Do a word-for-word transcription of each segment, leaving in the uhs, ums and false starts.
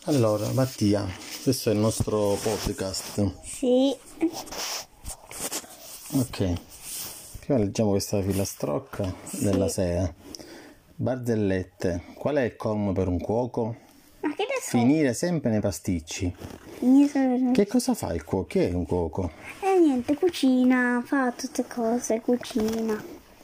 Allora, Mattia, questo è il nostro podcast. Sì. Ok, prima leggiamo questa filastrocca della Sì. SEA. Barzellette. Qual è il colmo per un cuoco? Ma che ne so? Finire sempre nei pasticci. Finire- Che cosa fa il cuoco? Che è un cuoco? E niente, cucina, fa tutte cose, cucina.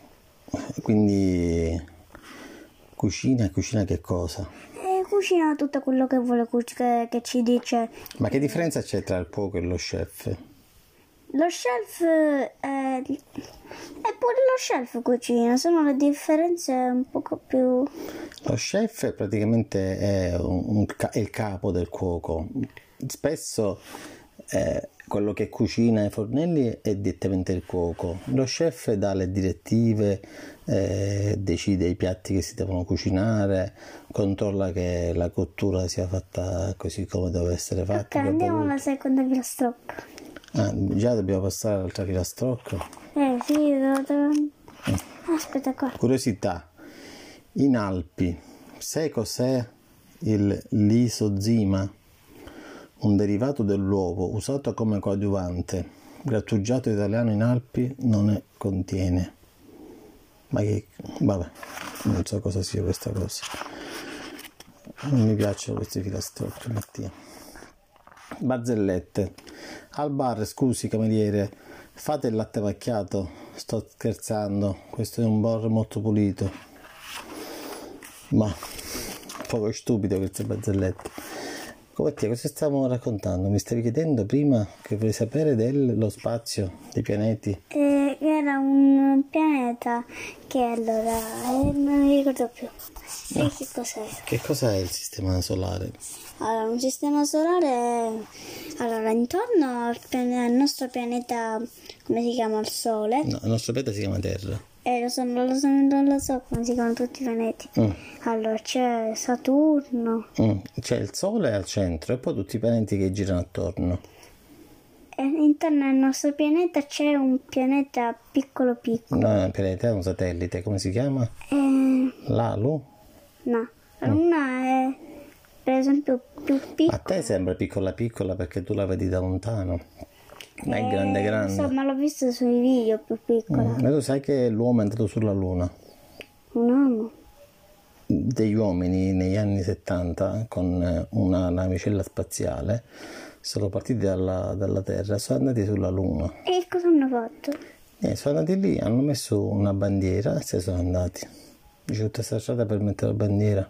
Quindi cucina, cucina che cosa? E cucina tutto quello che vuole, cuc- che, che ci dice. Ma che differenza c'è tra il cuoco e lo chef? Lo chef è... è pure lo chef cucina, sono le differenze un poco più... Lo chef praticamente è, un, un ca- è il capo del cuoco. Spesso eh, quello che cucina i fornelli è direttamente il cuoco. Lo chef dà le direttive, eh, decide i piatti che si devono cucinare, controlla che la cottura sia fatta così come deve essere Ok, fatta. andiamo voluto. alla seconda filastrocca. Ah, già dobbiamo passare all'altra filastrocca. Eh sì, do- do- aspetta qua. Curiosità. In Alpi, sai cos'è il lisozima? Un derivato dell'uovo usato come coadiuvante. Grattugiato italiano in Alpi non ne contiene. Ma che... vabbè, non so cosa sia questa cosa. Non mi piacciono questi filastrocchi, Mattia. Barzellette. Al bar, scusi cameriere, fate il latte macchiato? Sto scherzando, questo è un bar molto pulito. Ma un poco stupido queste barzellette. Come te, cosa stiamo raccontando? Mi stavi chiedendo prima che volevi sapere dello spazio, dei pianeti. Eh, era un pianeta che allora eh, non mi ricordo più. E che cos'era? Che cos'è il sistema solare? Allora, un sistema solare, allora intorno al, piane- al nostro pianeta, come si chiama, il Sole, No, il nostro pianeta si chiama Terra. e lo so, non lo so, non lo so come si chiamano tutti i pianeti. Mm. Allora c'è Saturno, Mm. C'è il Sole al centro e poi tutti i pianeti che girano attorno. e intorno al nostro pianeta c'è un pianeta piccolo piccolo. No, il pianeta è un satellite, come si chiama? Eh, L'Alu? no, la Luna è per esempio più A piccola. te sembra piccola piccola perché tu la vedi da lontano. Ma è grande grande. Insomma, l'ho visto sui video più piccola. Mm. Ma tu sai che l'uomo è andato sulla Luna? Un uomo. Degli uomini negli anni settanta con eh, una navicella spaziale sono partiti dalla, dalla Terra, sono andati sulla Luna. E cosa hanno fatto? E sono andati lì, hanno messo una bandiera e se sono andati. Dice tutta questa strada per mettere la bandiera.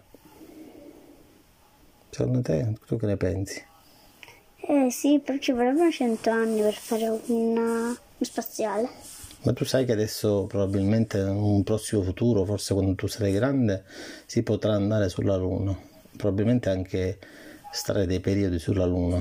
Secondo te, tu che ne pensi? Eh sì, però ci vorrebbero cento anni per fare una, un spaziale. Ma tu sai che adesso probabilmente in un prossimo futuro, forse quando tu sarai grande, si potrà andare sulla Luna. Probabilmente anche stare dei periodi sulla Luna.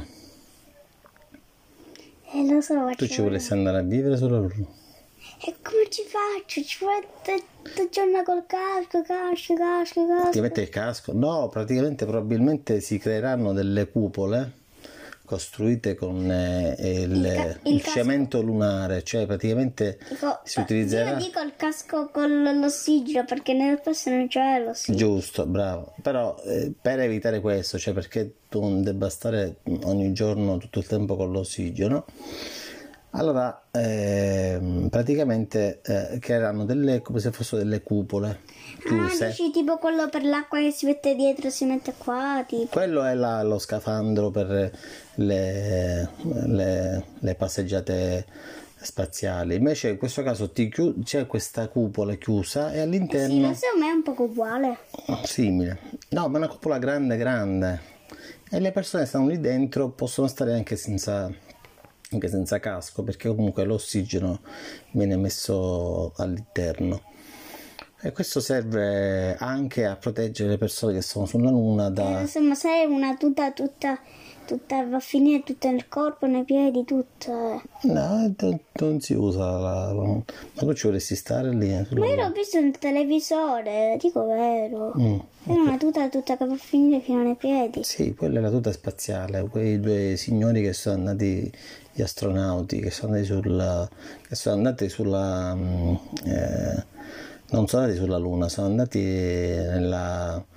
E lo so, Tu faccio... ci vorresti andare a vivere sulla Luna? E come ci faccio? Ci vuole tutto giorno col casco, casco, casco, casco. Ti mette il casco? No, praticamente probabilmente si creeranno delle cupole costruite con eh, il, Il ca- il il casco. cemento lunare, cioè praticamente Dico, si utilizzerà... Io dico il casco con l'ossigeno, perché nel posto non c'è l'ossigeno. Giusto, bravo. Però eh, per evitare questo, cioè perché tu non debba stare ogni giorno tutto il tempo con l'ossigeno, allora ehm, praticamente eh, creeranno delle, come se fossero delle cupole Ah, chiuse. dici tipo quello per l'acqua che si mette dietro e si mette qua, tipo. Quello è la- lo scafandro per le, le- le passeggiate spaziali. Invece in questo caso ti chiu- c'è questa cupola chiusa e Sì, all'interno lo secondo me è un poco uguale. simile. No, ma è una cupola grande grande. E le persone che stanno lì dentro possono stare anche senza, anche senza casco, perché comunque l'ossigeno viene messo all'interno. E questo serve anche a proteggere le persone che sono sulla Luna Eh, da... insomma, se una tuta, tutta, tutta, va a finire tutto nel corpo, nei piedi, tutto. eh. No, non, non si usa la, la- Ma tu ci vorresti stare lì? eh, sulla Ma io Luna? l'ho visto nel televisore, dico vero. Mm. È una tuta tutta che va a finire fino nei piedi. Sì, quella è la tuta spaziale, quei due signori che sono andati, gli astronauti, che sono andati sulla... che sono andati sulla... mm, eh, non sono andati sulla Luna, sono andati nella,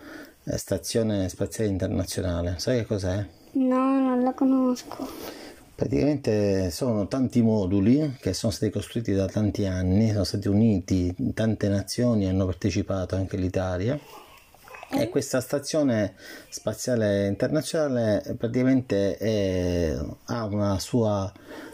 Stazione Spaziale Internazionale. Sai che cos'è? No, non la conosco. Praticamente sono tanti moduli che sono stati costruiti da tanti anni, sono stati uniti, tante nazioni hanno partecipato, anche l'Italia. E questa stazione spaziale internazionale praticamente è, ha una sua...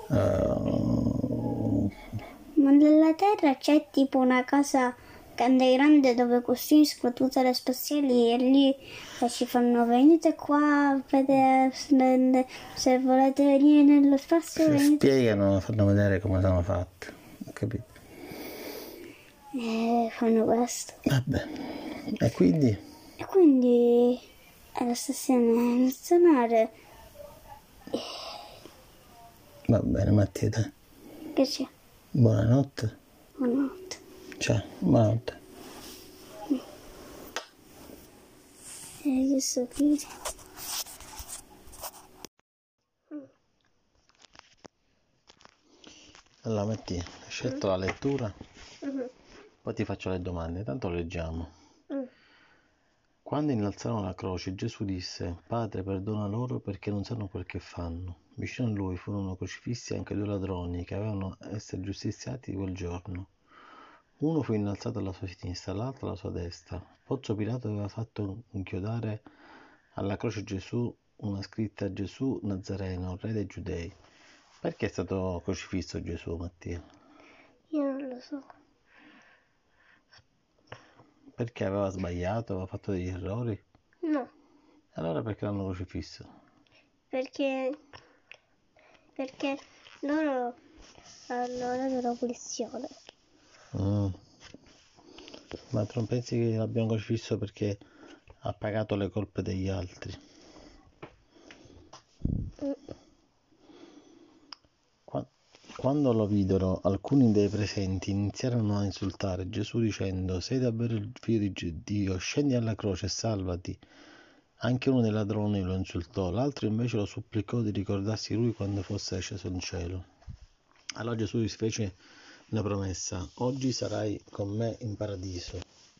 Uh... Ma nella Terra c'è tipo una casa grande grande dove costruiscono tutte le spaziali e lì ci fanno venite qua a vedere se volete venire nello spazio. Venite. Spiegano, fanno vedere come sono fatte, ho capito? E fanno questo. Vabbè, e quindi... E quindi alla stazione nazionale. Va bene, Mattia, dai. Che c'è? Buonanotte. Buonanotte. Ciao, buonanotte. E che so qui. Allora, Mattia, hai scelto la lettura? Mm-hmm. Poi ti faccio le domande, tanto leggiamo. Mm. Quando innalzarono la croce, Gesù disse: Padre, perdona loro perché non sanno quel che fanno. Vicino a lui furono crocifissi anche due ladroni che avevano essere giustiziati quel giorno. Uno fu innalzato alla sua sinistra, l'altro alla sua destra. Ponzio Pilato aveva fatto inchiodare alla croce Gesù una scritta: Gesù Nazareno, re dei Giudei. Perché è stato crocifisso Gesù, Mattia? Io non lo so. Perché aveva sbagliato, aveva fatto degli errori? No. Allora perché l'hanno crocifisso? Perché perché loro hanno dato la punizione. Mm. Ma tu non pensi che l'abbiano crocifisso perché ha pagato le colpe degli altri? Mm. Qua- Quando lo videro, alcuni dei presenti iniziarono a insultare Gesù dicendo: Sei davvero il figlio di Dio, scendi alla croce e salvati. Anche uno dei ladroni lo insultò, l'altro invece lo supplicò di ricordarsi lui quando fosse sceso in cielo. Allora Gesù gli fece una promessa: oggi sarai con me in paradiso.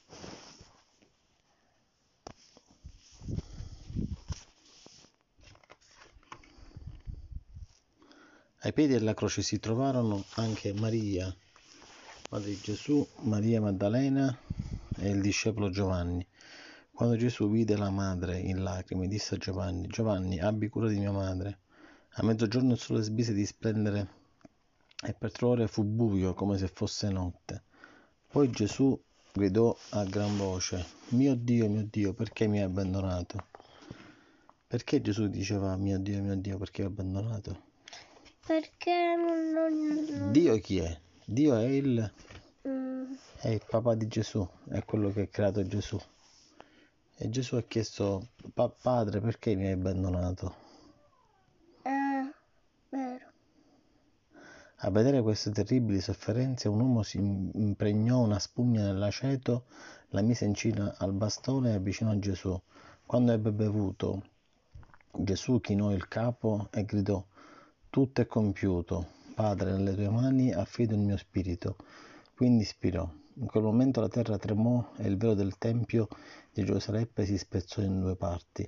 Ai piedi della croce si trovarono anche Maria, madre di Gesù, Maria Maddalena e il discepolo Giovanni. Quando Gesù vide la madre in lacrime, disse a Giovanni: Giovanni, abbi cura di mia madre. A mezzogiorno il sole smise di splendere e per tre ore fu buio come se fosse notte. Poi Gesù gridò a gran voce: Mio Dio, mio Dio, perché mi hai abbandonato? Perché Gesù diceva mio Dio, mio Dio, perché mi hai abbandonato? Perché non, non... Dio chi è? Dio è il... Mm. è il papà di Gesù, è quello che ha creato Gesù. E Gesù ha chiesto: pa- Padre, perché mi hai abbandonato? Ah, vero. A vedere queste terribili sofferenze, un uomo si impregnò una spugna nell'aceto, la mise in cima al bastone e avvicinò a Gesù. Quando ebbe bevuto, Gesù chinò il capo e gridò: Tutto è compiuto. Padre, nelle tue mani affido il mio spirito. Quindi spirò. In quel momento la terra tremò e il velo del tempio di Gerusalemme si spezzò in due parti.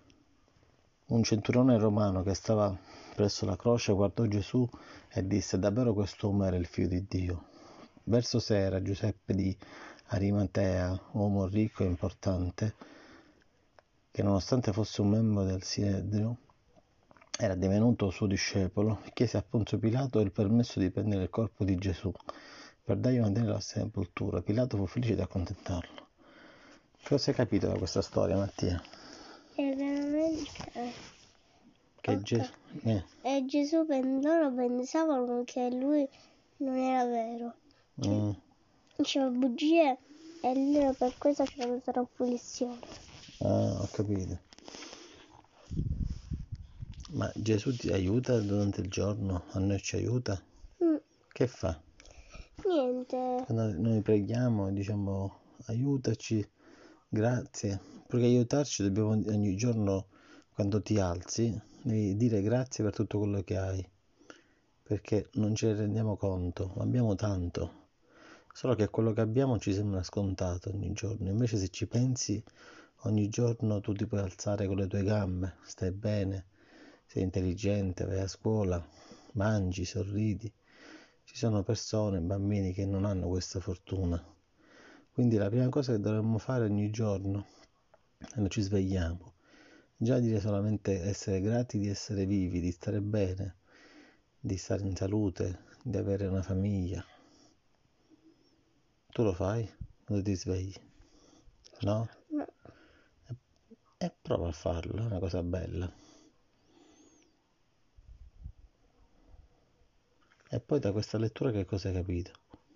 Un centurione romano che stava presso la croce guardò Gesù e disse: davvero quest'uomo era il figlio di Dio? Verso sé era Giuseppe di Arimatea, uomo ricco e importante, che nonostante fosse un membro del Sinedrio era divenuto suo discepolo. Chiese a Ponzio Pilato il permesso di prendere il corpo di Gesù per dargli una della sepoltura. Pilato fu felice di accontentarlo. Cosa hai capito da questa storia, Mattia? È veramente... Che okay. Gesù... Eh. E Gesù, loro pensavano che lui non era vero. Che Mm. diceva bugie e loro per questo ci hanno dato una punizione. Ah, ho capito. Ma Gesù ti aiuta durante il giorno? A noi ci aiuta? Mm. Che fa? Niente. Quando noi preghiamo diciamo aiutaci, grazie. Perché aiutarci dobbiamo ogni giorno, quando ti alzi, devi dire grazie per tutto quello che hai. Perché non ce ne rendiamo conto, abbiamo tanto. Solo che quello che abbiamo ci sembra scontato ogni giorno. Invece se ci pensi, Ogni giorno tu ti puoi alzare con le tue gambe, stai bene, sei intelligente, vai a scuola, mangi, sorridi. Ci sono persone, bambini che non hanno questa fortuna. Quindi la prima cosa che dovremmo fare ogni giorno, quando ci svegliamo, già dire solamente essere grati di essere vivi, di stare bene, di stare in salute, di avere una famiglia. Tu lo fai quando ti svegli? No? No. E, e prova a farlo, è una cosa bella. E poi da questa lettura che cosa hai capito?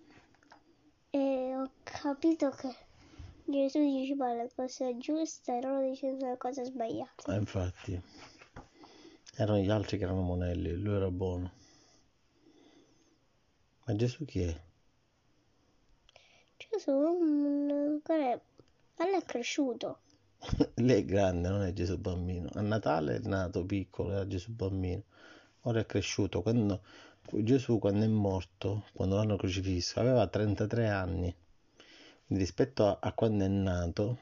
E ho capito che Gesù diceva le cose giuste e loro dicevano le cose sbagliate. Ah, infatti, erano gli altri che erano monelli, lui era buono. Ma Gesù chi è? Gesù non è, è cresciuto. Lei è grande, non è Gesù bambino. A Natale è nato piccolo, era Gesù bambino. Ora è cresciuto. Quando, Gesù quando è morto, quando l'hanno crocifisso, aveva trentatré anni. Quindi rispetto a, a quando è nato,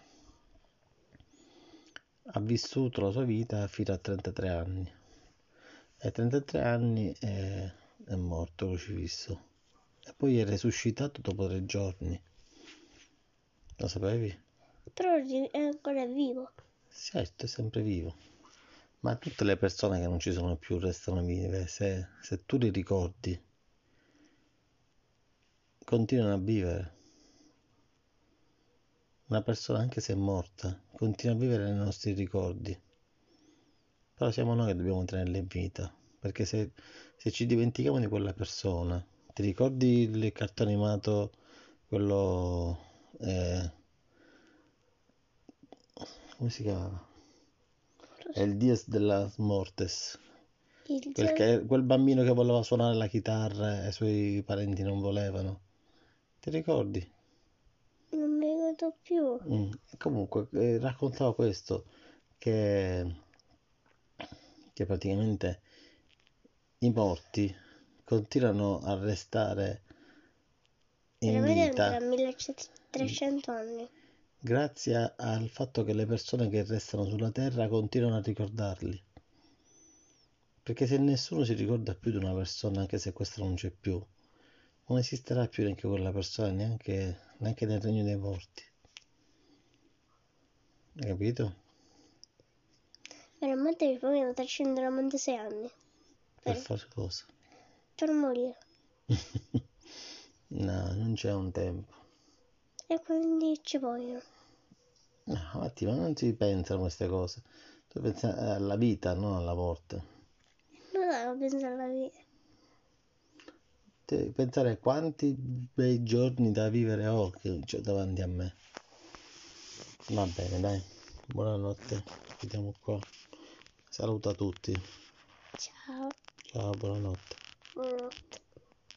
ha vissuto la sua vita fino a trentatré anni. E a trentatré anni è, è morto crocifisso. E poi è resuscitato dopo tre giorni. Lo sapevi? Però è ancora vivo. Certo, è sempre vivo. Ma tutte le persone che non ci sono più restano vive. Se, se tu li ricordi, continuano a vivere. Una persona, anche se è morta, continua a vivere nei nostri ricordi. Però siamo noi che dobbiamo tenerla in vita. Perché se, se ci dimentichiamo di quella persona, ti ricordi il cartone animato, quello... Eh, come si chiamava? El Dies de las Mortes. Il Quel, che, quel bambino che voleva suonare la chitarra e i suoi parenti non volevano. Ti ricordi? Non mi ricordo più. Mm. Comunque eh, raccontava questo, che, che praticamente i morti continuano a restare in Veramente vita tra milletrecento anni. grazie al fatto che le persone che restano sulla terra continuano a ricordarli. Perché se nessuno si ricorda più di una persona, anche se questa non c'è più, non esisterà più neanche quella persona, neanche, neanche nel regno dei morti. Hai capito? Veramente ci vogliono trecentonovantasei anni. Per Per, fare cosa? per morire. No, non c'è un tempo. E quindi ci vogliono. No, infatti, ma non si pensano a queste cose. Tu pensi alla vita, non alla morte. Non devo pensare alla vita. Devi pensare a quanti bei giorni da vivere ho che c'ho davanti a me. Va bene, dai. Buonanotte. Chiudiamo qua. Saluta tutti. Ciao. Ciao, buonanotte. Buonanotte.